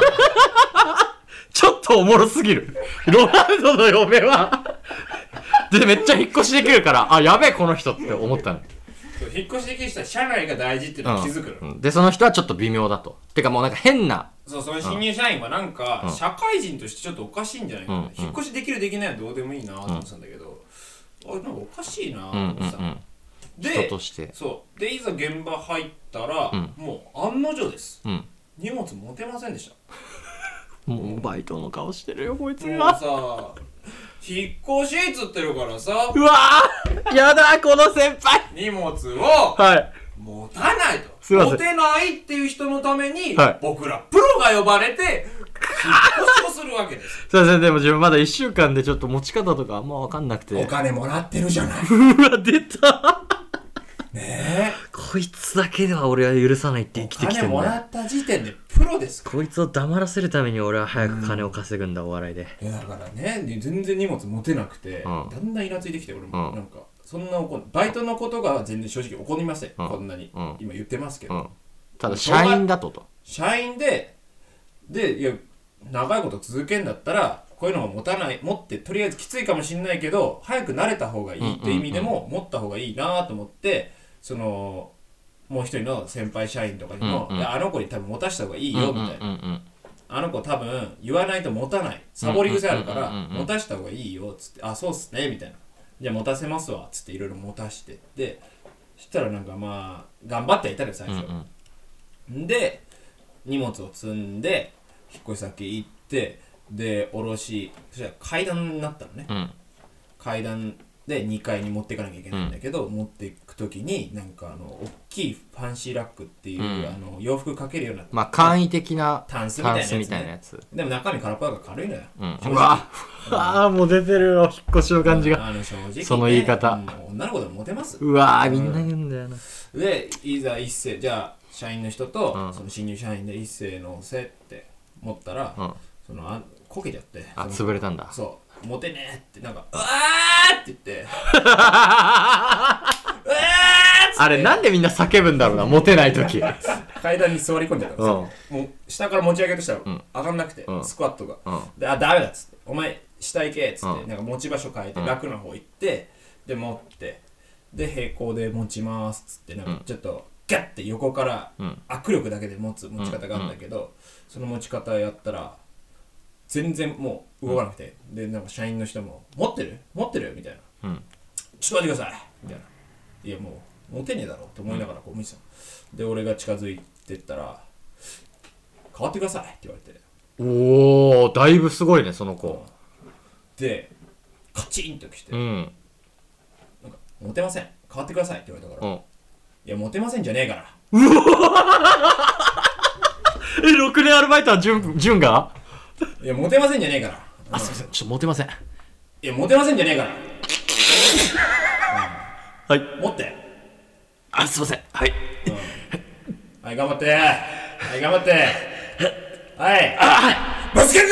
ちょっとおもろすぎる。ロナウドの嫁はでめっちゃ引っ越しできるから、あやべえこの人って思ったの。 引っ越しできる人は社内が大事っていうのを気づくの、 うん、でその人はちょっと微妙だと、てかもうなんか変な、 そうその新入社員はなんか社会人としてちょっとおかしいんじゃないかな、うん、引っ越しできるできないはどうでもいいなと思ってたんだけど、うん、あなんかおかしいなと思ってさ、うんうんうん、で人としてそうでいざ現場入ったら、うん、もう案の定です、うん、荷物持てませんでしたもうバイトの顔してるよこいつが。もうさ引っ越しっつってるからさ、 うわーやだこの先輩荷物をはい持たないと、 すいません持てないっていう人のために、 はい、 僕らプロが呼ばれて引っ越しをするわけですすいません、でも自分まだいっしゅうかんでちょっと持ち方とかあんま分かんなくて。 お金もらってるじゃないうわ出たねえこいつだけでは俺は許さないって生きてきてるんだよ。 お金もらった時点でプロですから。 こいつを黙らせるために俺は早く金を稼ぐんだ、うん、お笑いで。 いやだからね全然荷物持てなくて、うん、だんだんイラついてきて俺も、うん、なんかそんな怒るバイトのことが全然正直怒りません、うん、こんなに、うん、今言ってますけど、うん、 ただ社員だとと社員ででいや長いこと続けんだったらこういうのが持たない持ってとりあえずきついかもしれないけど早く慣れた方がいいって意味でも持った方がいいなと思って、そのもう一人の先輩社員とかにも、うんうん、あの子に多分持たした方がいいよみたいな、うんうんうん、あの子多分言わないと持たないサボり癖あるから持たした方がいいよっつって、あそうっすねみたいな、じゃあ持たせますわっつっていろいろ持たしてってそしたらなんかまあ頑張ってはいたの最初、うんうん、で荷物を積んで引っ越し先行ってで下ろしそしたら階段になったのね、うん、階段でにかいに持っていかなきゃいけないんだけど、うん、持っていくときになんかあの大きいファンシーラックっていう、うん、あの洋服かけるようなまあ簡易的なタンスみたいなやつ、ね、 みたいなやつでも中身空っぽだから軽いのよ、 うん、うわあもう出てるよ引っ越しの感じが、 うん、あの正直、ね、 その言い方、 うん、女の子でもモテます。 うわーみんな言うんだよな、 うん、でいざ一斉じゃあ社員の人と、うん、その新入社員で一斉のせって持ったら、うん、そのあこけちゃってあ潰れたんだ。 そうモテねえってなんかうわーって言ってうわーっつってあれなんでみんな叫ぶんだろうなモテない時階段に座り込んじゃったんですよ、うん、もう下から持ち上げとしたら、うん、上がんなくて、うん、スクワットが、うん、であダメだっつってお前下行けっつって、うん、なんか持ち場所変えて、うん、楽な方行ってで持ってで平行で持ちますっつってなんかちょっとガッて横から握力だけで持つ持ち方があるんだけど、うんうん、その持ち方やったら全然もう動かなくて、うん、でなんか社員の人も持ってる持ってるみたいな、うん、ちょっと待ってくださいみたいないやもう持てねえだろと思いながらこう見てた、うん、で俺が近づいてったら変わってくださいって言われておーだいぶすごいねその子でカチンときて、うん、なんか持てません変わってくださいって言われたから、うん、いや持てませんじゃねえからうわえろくねんアルバイトは順順がいやモテませんじゃねえから、 あすいませんちょっとモテませんいやモテませんじゃねえから、うん、 はい持ってあすいませんはい、 うん、はい頑張ってはい頑張ってはいあバスケッ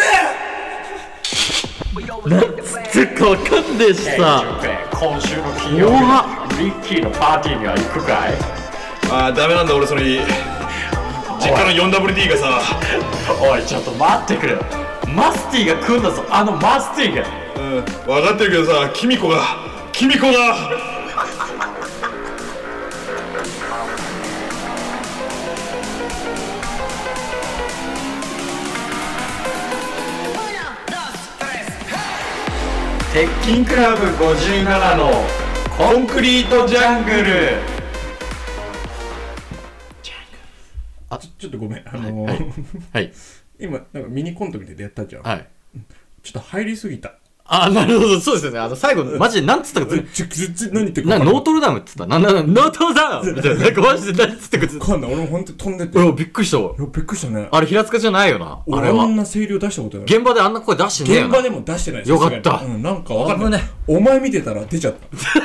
トなんつってかわかんねえしさ今週の金曜日リッキーのパーティーには行くかい。 あーダメなんだ俺それ実家の フォーダブリューディー がさおいちょっと待ってくれマスティが来るんだぞあのマスティがうん分かってるけどさキミコがキミコが鉄筋クラブごじゅうななのコンクリートジャングル。 あ ち, ちょっとごめんあのー、 はい、はい、 今なんかミニコントみたいでやったじゃん、 はい。 ちょっと入りすぎた。 あ、なるほど、そうですよね。あの、最後、マジで何つったかず、 ちょちょちょ何言ってるな、 かノートルダムって言ったな、な、な、ノートルダムみたいな。なんかマジで何つったかず、 分かんない。俺もほんと飛んでて、 うわびっくりしたわ。 いやびっくりしたね。 あれ、平塚じゃないよな。あ俺れは。 あんな声量出したことない。 現場であんな声出してねえよな。 現場でも出してない。 よかったさすがにうん、なんかわかんない危ね。 お前見てたら出ちゃった。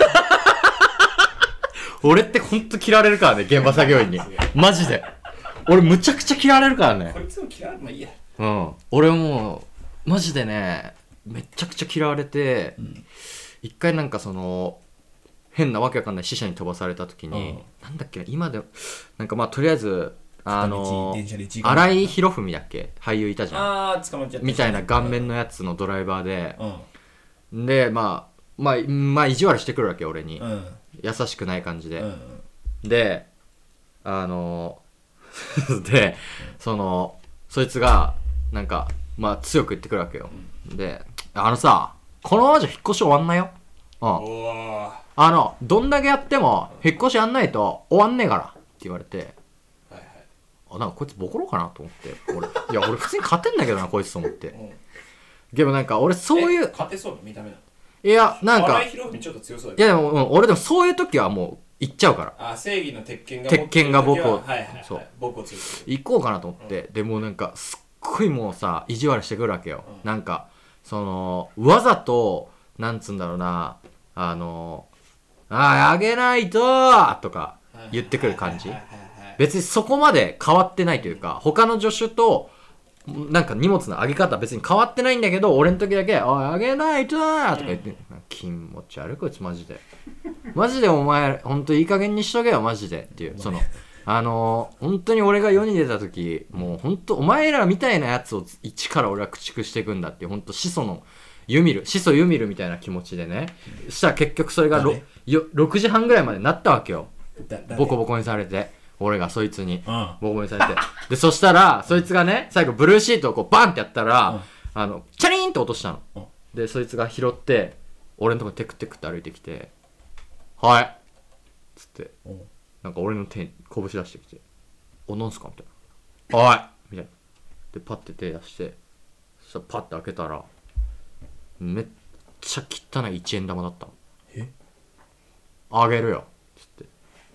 俺ってほんと嫌われるからね、現場作業員に。マジで。俺むちゃくちゃ嫌われるからねこ。いつも嫌い、まあいいや。 うん。俺もう、マジでね、めちゃくちゃ嫌われて、一、回なんかその、変なわけわかんない死者に飛ばされた時に、 うんなんだっけな、今で、なんかまあとりあえず、あの電車でいちじかん荒井博文だっけ俳優いたじゃん。 あー、捕まっちゃった。 みたいな顔面のやつのドライバーで、 うん。 で、まあ、まあ、まあ、意地悪してくるわけ、俺に。 うん。 優しくない感じで。 うん。 で、あの、で、その、そいつが、なんか、まあ、強く言ってくるわけよ。で、あのさ、このままじゃ引っ越し終わんないよ。うん。 おーあの、どんだけやっても、引っ越しやんないと終わんねえから。って言われて、 はいはいあ、なんかこいつボコろうかなと思って。俺、いや、俺普通に勝てんだけどな、こいつと思って。 うんでもなんか、俺そういう、 勝てそうな見た目なの。 いや、なんか、 荒井博文ちょっと強そうだけど。 いやでも、うん俺でもそういう時はもう行っちゃうから。 あ、正義の鉄拳が鉄拳が僕をはいはいはい。 そう僕を強くする。 行こうかなと思って。でもうなんか、すっごいもうさ、意地悪してくるわけよ。 うんなんか、その、わざと、なんつうんだろうな、あの、ああげないととか言ってくる感じはい。はいはいはい別にそこまで変わってないというか、他の助手と、なんか荷物の上げ方別に変わってないんだけど、俺の時だけ、おい、上げないとーとか言って、気持ち悪いこいつマジで。マジでお前、ほんといい加減にしとけよ、マジでっていう。その、あのー、本当に俺が世に出た時、もう本当お前らみたいなやつを一から俺は駆逐していくんだっていう、本当始祖の、ユミル、始祖ユミルみたいな気持ちでね。したら結局それがろ誰よろくじはんぐらいまでなったわけよ。 だ誰ボコボコにされて。俺がそいつに。 うんボコボコにされて。で、そしたら、そいつがね、最後ブルーシートをこうバンってやったら、 うんあの、チャリーンって落としたの。 うんで、そいつが拾って、俺のとこにテクテクって歩いてきて、はいっつって、 うんなんか俺の手に拳出してきて、お、なんすかみたいな。おいみたいな。で、パッて手出して、そしたらパッて開けたら、めっちゃ汚い一円玉だったの。 えあげるよつって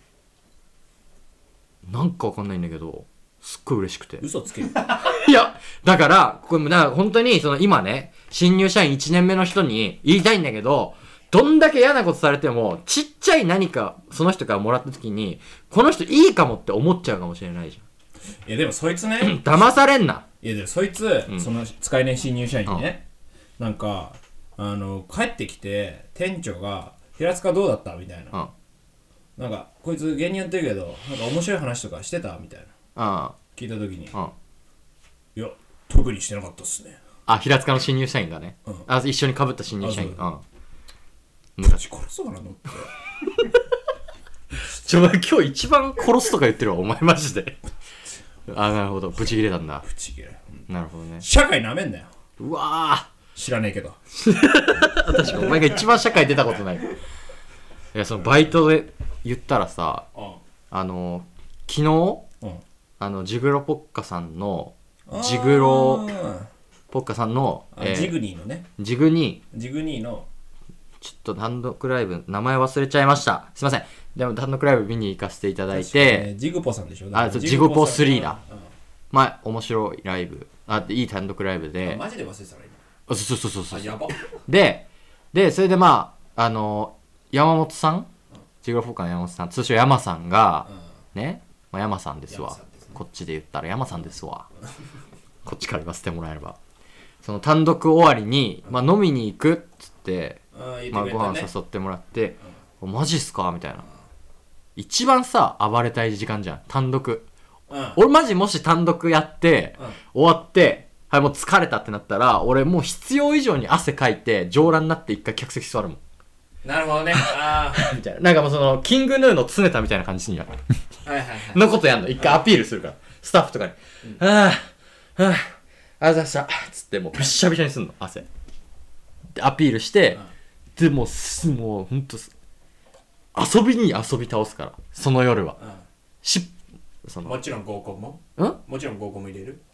なんかわかんないんだけどすっごい嬉しくて嘘つける。 いやだからこれだから本当にその今ね新入社員いちねんめの人に言いたいんだけどどんだけ嫌なことされてもちっちゃい何かその人からもらった時にこの人いいかもって思っちゃうかもしれないじいやでもそいつね、 ゃん騙されんないやでもそいつ、 んその使えない新入社員にね、なんかあの帰ってきて店長が平塚どうだったみたいな、 うんなんかこいつ芸人やってるけどなんか面白い話とかしてたみたいなあ聞いた時に、 あうんいや特にしてなかったっすね。 あ平塚の新入社員がね、 うんあ一緒に被った新入社員あうんマジ殺そうかなと思って。 ちょお前今日一番殺すとか言ってるわお前マジであなるほどブチ切れたんだぶち切れ。 なるほどね社会なめんなよ。 うわ知らねえけど。 ー確かにお前が一番社会出たことないいやそのバイトで言ったらさうあの昨日んうんあのジグロポッカさんのジグロポッカさんの、えーあージグニーのねジグにジグニーのちょっと単独ライブ名前忘れちゃいましたすいませんでも単独ライブ見に行かせていただい確かにて、 ねジグポさんでしょ。 あそうジグポスリーだうんまあ面白いライブあいい単独ライブあでマジで忘れてたらあそうそうそうそう今。あやば。 ででそれでまああの山本さんジグロポッカの山本さん通称山さんがね、まあ、山さんですわ山さんですねこっちで言ったら山さんですわこっちから言わせてもらえればその単独終わりに、まあ、飲みに行くっつって、 あー言まあ、ごってくれたね飯誘ってもらって「マジっすか?」みたいな一番さ暴れたい時間じゃん単独うん俺マジもし単独やって、 うん終わってはいもう疲れたってなったら俺もう必要以上に汗かいて上裸になって一回客席座るもんなるほどね。あみたいななんかもうそのキングヌーの常田みたいな感じすんじゃんあはいはいはい。 のことやんの一回アピールするからスタッフとかに「ああああありがとうございました」つってもうびっしゃびしゃにすんの汗でアピールして、でもうすもうほんとす遊びに遊び倒すからその夜はうんしそのもちろん合コンもんもちろん合コンも入れる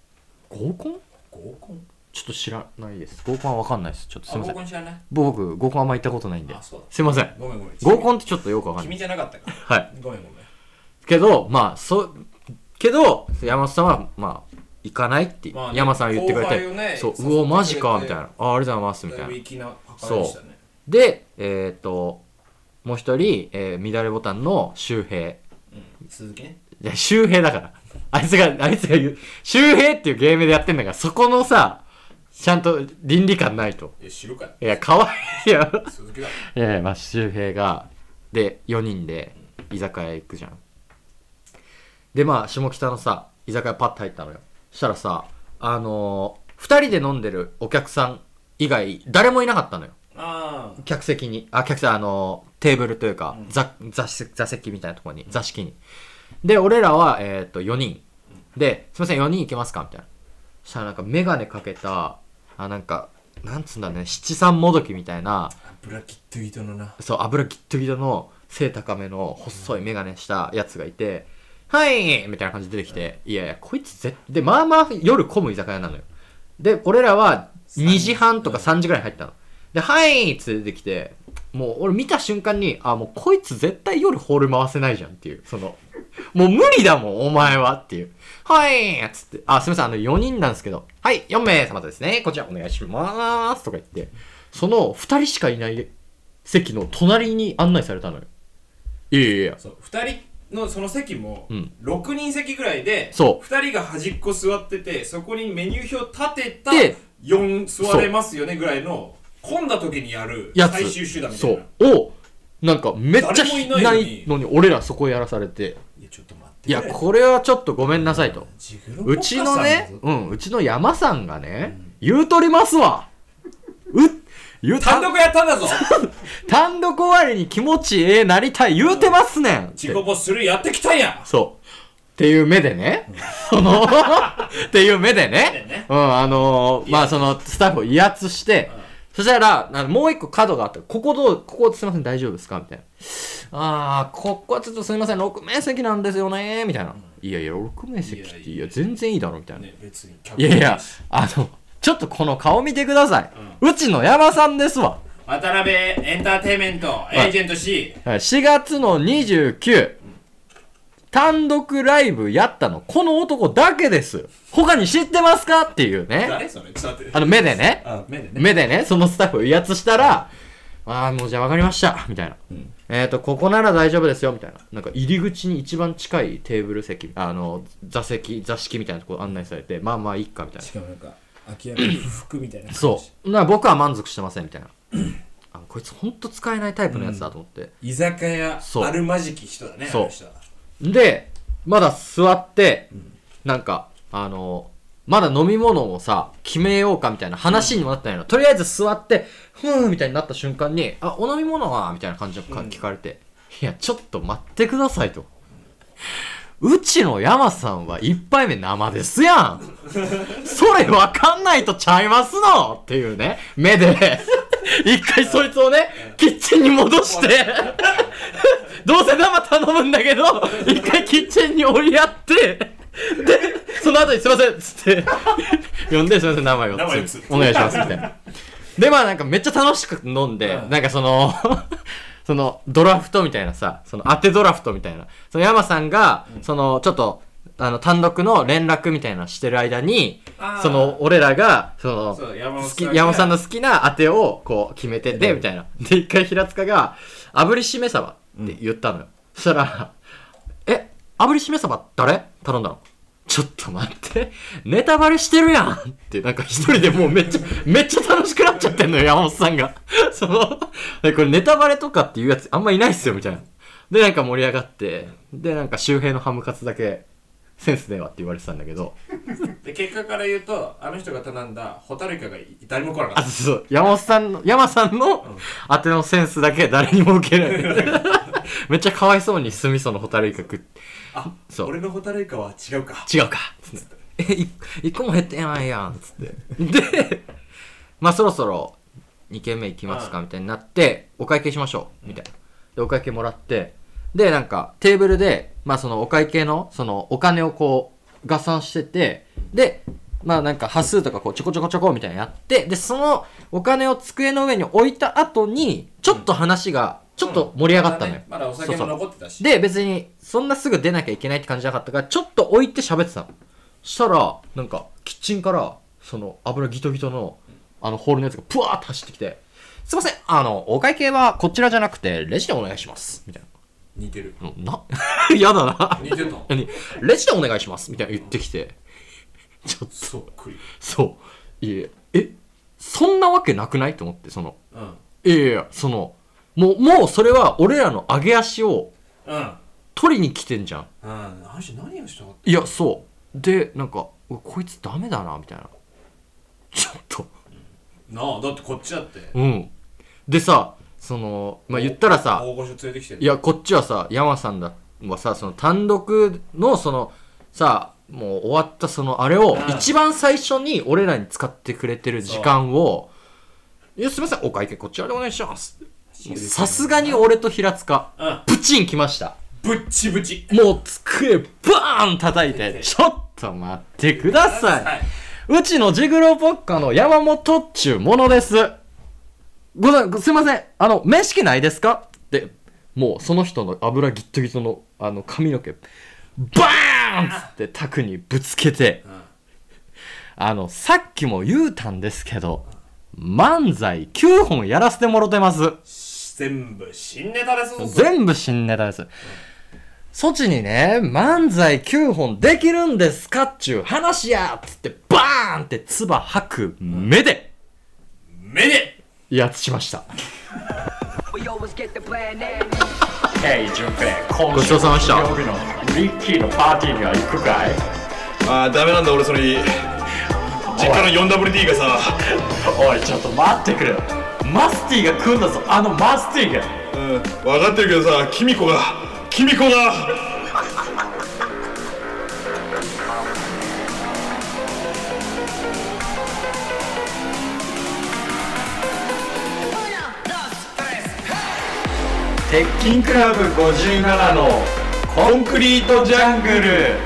合コン合コンちょっと知らないです。合コンは分かんないです。ちょっとすいません。 合コン知らない僕合コンあんま行ったことないんで。 あ、そうだ。 すいません。 ごめんごめん。 合コンってちょっとよく分かんない。 君じゃなかったかはい。 ごめんごめん。 けどまあそうけど山本さんはまあ行かないって、まあね、山本さんが言ってくれて、ね、そううおマジかみたいな、あありがとうございますみたいな。 ね、 そうでえっ、ー、ともう一人、えー、乱れボタンの周平、 うん、鈴木ね。 いや周平だからあいつがあいつが言う周平っていうゲームでやってんだから、そこのさちゃんと倫理観ないと。 いや知るかい。 いやかわいいよ鈴木だ。 いやいやまあ周平がでよにんで居酒屋行くじゃん。でまあ下北のさ居酒屋パッと入ったのよ。そしたらさあのー、ふたりで飲んでるお客さん以外誰もいなかったのよ。 あ客席にあ客席あのー、テーブルというか、うん、座, 座, 座席みたいなところに座敷に。で俺らは、えー、っとよにんですいませんよにん行けますかみたいな。そしたらなんか眼鏡かけたあなんかなんつうんだね七三もどきみたいな油ギットギトのなそう油ギットギトの背高めの細い眼鏡したやつがいて、うん、はいみたいな感じで出てきて、いやいやこいつぜでまあまあ夜混む居酒屋なのよ。で俺らはにじはんとかさんじぐらい入ったので、はいっつって出てきて、もう俺見た瞬間にあもうこいつ絶対夜ホール回せないじゃんっていう、そのもう無理だもんお前はっていう、はいっつって、あすみませんあのよにんなんですけど、はいよんめい様ですねこちらお願いしますとか言って、そのふたりしかいない席の隣に案内されたのよ。いやいやいやそうふたりのその席も、 うん、 ろくにん席ぐらいでそうふたりが端っこ座ってて、そこにメニュー表立てたよん座れますよねぐらいの混んだ時にやる最終手段みたいなそうをなんかめっちゃいないのに俺らそこやらされて、 いやちょっと待って、 いやこれはちょっとごめんなさいと、うちのね、 うんうちの山さんがね、うん、言うとりますわう単独やったんだぞ単独終わりに気持ちええなりたい言うてますねん。 自己ボスするやってきたんや。 そうっていう目でね、そのっていう目でね、ねうんあのー、まあそのスタッフを威圧して、うん、そしたらもう一個角があった。ここどうここすいません大丈夫ですかみたいな。あーここはちょっとすいませんろくめい席なんですよねみたいな、うん、いやいやろくめい席っていや全然いいだろみたいな、ね、別にいやいやあのちょっとこの顔見てください、うん、うちの山さんですわ。 渡辺エンターテイメントエージェント C、 はい、しがつのにじゅうくにち、うん、単独ライブやったのこの男だけです。他に知ってますかっていうね。 誰それちょっと待って、 あの目でねあ目でね目でねそのスタッフを威圧したら、ああもうじゃあ分かりましたみたいな、うん、えっ、ー、とここなら大丈夫ですよみたいな、なんか入り口に一番近いテーブル席あの座席座敷みたいなところ案内されて、まあまあいいかみたいな。 しかもなんか明らかに不服みたいなそうな僕は満足してませんみたいなあこいつほんと使えないタイプのやつだと思って、うん、 居酒屋あるまじき人だね。 そうあの人はでまだ座って、うん、なんかあのまだ飲み物をさ決めようかみたいな話にもなってないの、うん、とりあえず座ってふーんみたいになった瞬間にあお飲み物はみたいな感じで聞かれて、うん、いやちょっと待ってくださいと、うちの山さんは一杯目生ですやんそれ分かんないとちゃいますのっていうね目で一回そいつをねキッチンに戻してどうせ生頼むんだけど一回キッチンに折り合ってでその後にすいませんっつって呼んですいません生よお願いしますみたいな。でまあなんかめっちゃ楽しく飲んで、うん、なんかそのそのドラフトみたいなさ、その当てドラフトみたいな、その山さんが、うん、そのちょっとあの単独の連絡みたいなのしてる間に、その俺らがそのそう山好き山本さんの好きな当てをこう決めてて、うん、みたいな。で一回平塚が炙りしめ鯖って言ったのよ。うん、そしたらえ炙りしめ鯖誰頼んだの？ちょっと待ってネタバレしてるやんってなんか一人でもうめっちゃめっちゃ楽しくなっちゃってんのよ山本さんがそのこれネタバレとかっていうやつあんまいないっすよみたいな。でなんか盛り上がってでなんか周平のハムカツだけセンスねえわって言われてたんだけどで結果から言うとあの人が頼んだホタルイカが誰も来なかった。 あそう山本さんの山さんの当てのセンスだけ誰にも受けないめっちゃかわいそうに酢味噌のホタルイカ食って、 あそう俺のホタルイカは違うか違うかつってえ一個も減ってないやんつってでまあそろそろに軒目行きますかみたいになってお会計しましょうみたいなでお会計もらってでなんかテーブルでまあそのお会計のそのお金をこう合算しててでまあなんか端数とかこうちょこちょこちょこみたいなのやって、でそのお金を机の上に置いた後にちょっと話がちょっと盛り上がったのよ、 まだお酒も残ってたし。 で別にそんなすぐ出なきゃいけないって感じじゃなかったからちょっと置いて喋ってたの。そしたらなんかキッチンからその油ギトギトのあのホールのやつがプワーって走ってきて、すいません、あのお会計はこちらじゃなくてレジでお願いしますみたいな。 似てる。 なやだな。 似てた。 何レジでお願いしますみたいな言ってきて、ちょっとそっくり。 そういええそんなわけなくないと思って、そのうんいやいやそのもうもうそれは俺らの上げ足をうん取りに来てんじゃん。 うん。あの人何をしたかっいやそうでなんかこいつダメだなみたいな、ちょっとたなあ。だってこっちだってうんでさ、そのまあ言ったらさ、 大御所連れてきてる。 いやこっちはさ山さんだはさ、その単独のそのさもう終わったそのあれをうん一番最初に俺らに使ってくれてる時間を、いやすみませんお会計こちらでお願いします。さすがに俺と平塚うんプチン来ました。 ぶっちぶち。 もう机バーン叩いて、ちょっと待ってください。 はい。 うちのジグロポッカの山本っちゅうものです。ごめん、すいません。あの、面識ないですかって、もうその人の油ギットギトのあの髪の毛、バーンっつってタクにぶつけて、あの、さっきも言うたんですけど、漫才きゅうほんやらせてもろてます。 全部新ネタです。 全部新ネタです。そっちにね、漫才きゅうほんできるんですかっちゅう話やっつってバーンって唾吐く目で、 目でやつしました。 ヘイ順平、 ごちそうさまでした今週のリッキーのパーティーには行くかい？ ああダメなんだ俺それ実家の フォーダブリューティー がさ。 おいちょっと待ってくれよ。マスティが来んだぞ、あのマスティが。 うん分かってるけどさ、キミコがキミコが鉄筋クラブごじゅうななのコンクリートジャングル。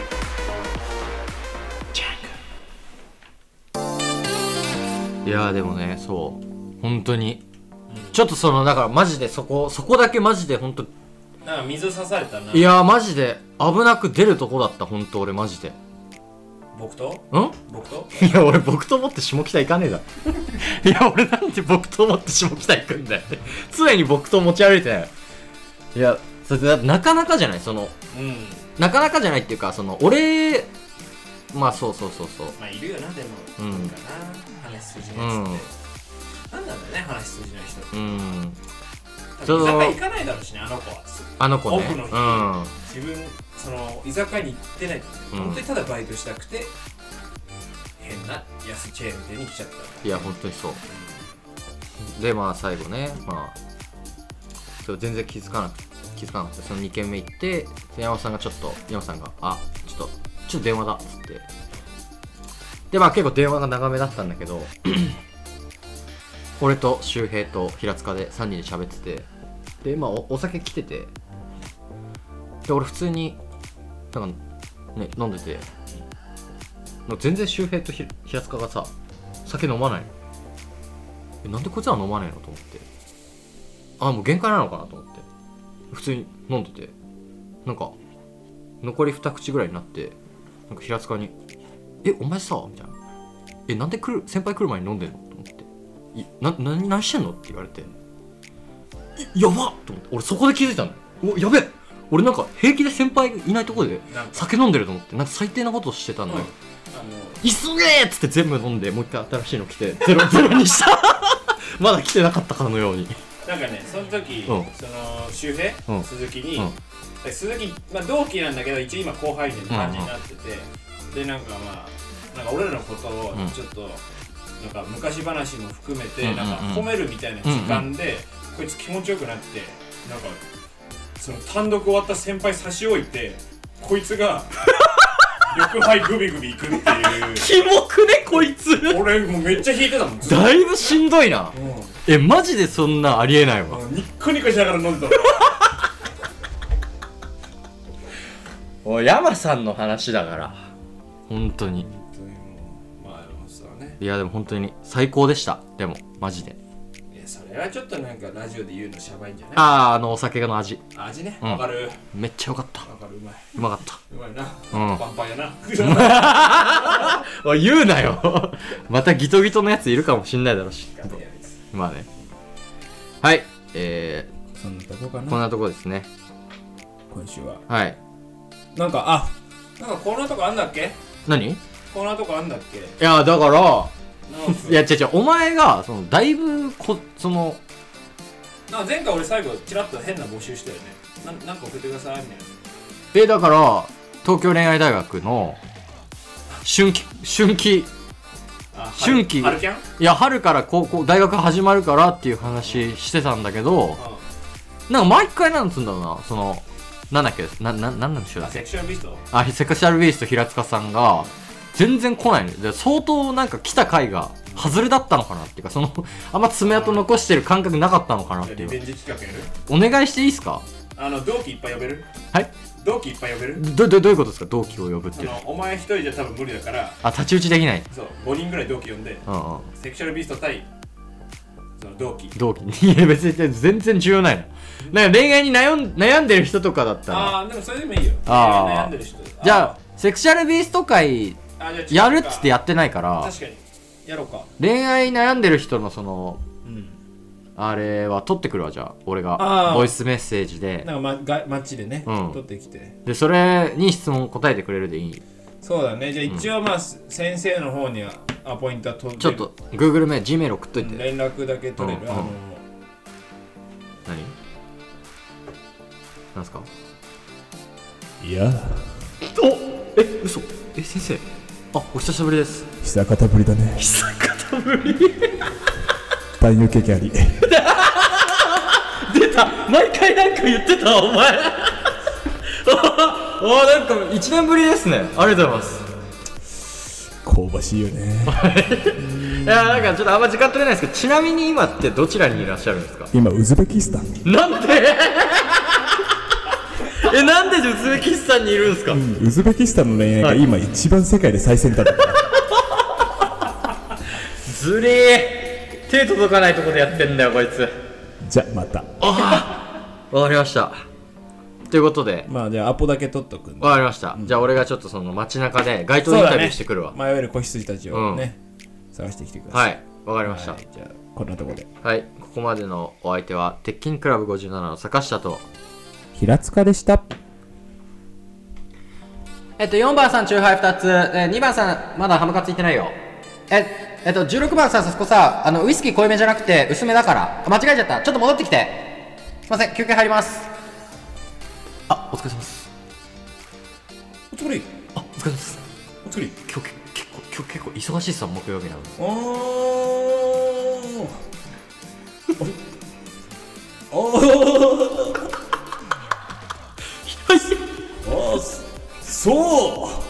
いやーでもね、そう本当に、うん、ちょっとそのだからマジでそこそこだけマジで本当なんか水刺されたな。 いやーマジで危なく出るとこだった。本当俺マジで。 僕とん僕といや俺僕と思って下北行かねえだろいや俺なんで僕と思って下北行くんだよ常に僕と持ち歩いてない。いやそれなかなかじゃない、その、 うん、 なかなかじゃないっていうか、その俺まあそうそうそうそう、 まあいるよなでも、 うん、 なんかな話筋のやつって、うん、なんなんだろうね話筋の人って。 うん居酒屋行かないだろうしね、あの子は。 あの子ね。 オフの日、 うん、 自分その居酒屋に行ってないとね、うん、本当にただバイトしたくて変な安チェーン店に来ちゃった。 いや本当にそう、うん、でまあ最後ね、まあそう全然気づかなくて気づかなくてそのにけんめ行って、山本さんがちょっと山本さんがあちょっとちょっと電話だっつって、でまあ結構電話が長めだったんだけど俺と周平と平塚でさんにんで喋ってて、でまあ お, お酒来てて、で俺普通になんかね飲んでて、全然周平とひ平塚がさ酒飲まないの。えなんでこいつら飲まないのと思って、あもう限界なのかなと思って普通に飲んでて、なんか残りに口ぐらいになって、なんか平塚にえお前さみたいな、えなんで来る先輩来る前に飲んでんのと思って、いな何何してんのって言われて、やばっと思って、俺そこで気づいたの。おやべえ、俺なんか平気で先輩いないところで酒飲んでると思って、なんか最低なことをしてたんだよ、うん、あの急げーっつって全部飲んでもう一回新しいの来てゼロゼロにしたまだ来てなかったかのように。 なんかねその時、 うん、 その周平、うん、鈴木に、 うん、 鈴木、まあ、同期なんだけど一応今後輩みたいな感じになってて、うん、でなんかまあなんか俺らのことをちょっと、うん、なんか昔話も含めて、うん、なんか褒めるみたいな時間で、うんうん、こいつ気持ちよくなってなんかその単独終わった先輩差し置いてこいつが緑杯グビグビいくっていうキモくねこいつ。 俺もうめっちゃ引いてたもん。 だいぶしんどいな、うん、えマジでそんなありえないわ。 ニッコニコしながら飲んでたおい山さんの話だから本当にいやでも本当に最高でした。でもマジで。 いやそれはちょっとなんかラジオで言うのしゃばいんじゃない？ あああのお酒の味味ね。 うん、 わかる。 めっちゃよかった。 わかる。うまい。 うまかった。 うまいな。 うん。 パンパンやな。 おい言うなよ。またギトギトのやついるかもしんないだろうし。まあね。はい。えー、そんなとこかな。 こんなとこですね。 今週は。 はい。 なんかあ、なんかこんなとこあんだっけ？ 何？ こんなとこあんだっけ？ いやだから。いや違う違う、お前がそのだいぶこそのなんか前回俺最後チラッと変な募集したよね。ななんか送ってくださいみたいな。 えだから東京恋愛大学の春季春季春季春キャン？ いや春から高校大学始まるからっていう話してたんだけど、うん、なんか毎回なんつうんだろうな、そのなんだっけなななんなんでしょう。 セクシャルビースト？ あセクシャルビースト平塚さんが全然来ないので、相当なんか来た回が外れだったのかなっていうか、そのあんま爪痕残してる感覚なかったのかなっていう。 リベンジ企画やる？ お願いしていいですか？ あの同期いっぱい呼べる？ はい。 同期いっぱい呼べる？ どどどういうことですか？同期を呼ぶっていう。 あのお前一人じゃ多分無理だから。 あ太刀打ちできない。 そうごにんぐらい同期呼んで、 うんうん、 セクシャルビースト対その同期。 同期。いや別に全然重要ないの。なんか恋愛に悩ん悩んでる人とかだったら。 ああでもそれでもいいよ。 あ悩んでる人。 じゃあセクシャルビースト会やるっつってやってないから。 確かにやろうか。 恋愛悩んでる人のその、 うん、 あれは取ってくるわ。じゃあ俺がボイスメッセージでなんか、ま、がマッチでね、 うん、 取ってきてでそれに質問答えてくれるでいい？ そうだね。じゃあ一応まあ、うん、先生の方にはアポイントは取ってちょっと Google メール G メール送っといて、 連絡だけ取れる、うん、あの何なんすか？ いやおえ嘘え先生あお久しぶりです。 久方ぶりだね。 久方ぶり男優経験あり出た毎回なんか言ってたお前あなんかいちねんぶりですね。ありがとうございます。 香ばしいよねいやなんかちょっとあんま時間取れないですけど、ちなみに今ってどちらにいらっしゃるんですか？ 今ウズベキスタン。 なんでえなんでウズベキスタンにいるんですか？ うん、ウズベキスタンの恋愛が今一番世界で最先端だからずりー手届かないとこでやってんだよこいつ。 じゃまたあわかりましたということで、 まあじゃあアポだけ取っとくんで。 わかりました、うん、じゃあ俺がちょっとその街中で街頭インタビューしてくるわ、 ね、迷える子羊たちをね、うん、探してきてください。 はいわかりました、はい、 じゃあこんなとこではいここまでのお相手は鉄筋クラブごじゅうななの坂下と平塚でした。 えっとよんばんさんチューハイふたつ、えにばんさんまだハムカツいってないよ。ええっとじゅうろくばんさんそこさあのウイスキー濃いめじゃなくて薄めだから間違えちゃった。ちょっと戻ってきてすいません休憩入ります。あお疲れ様です。 お疲れあお疲れ様です。 お疲れ今日結構今日結構忙しいっすわ木曜日なの。 おーおーああそう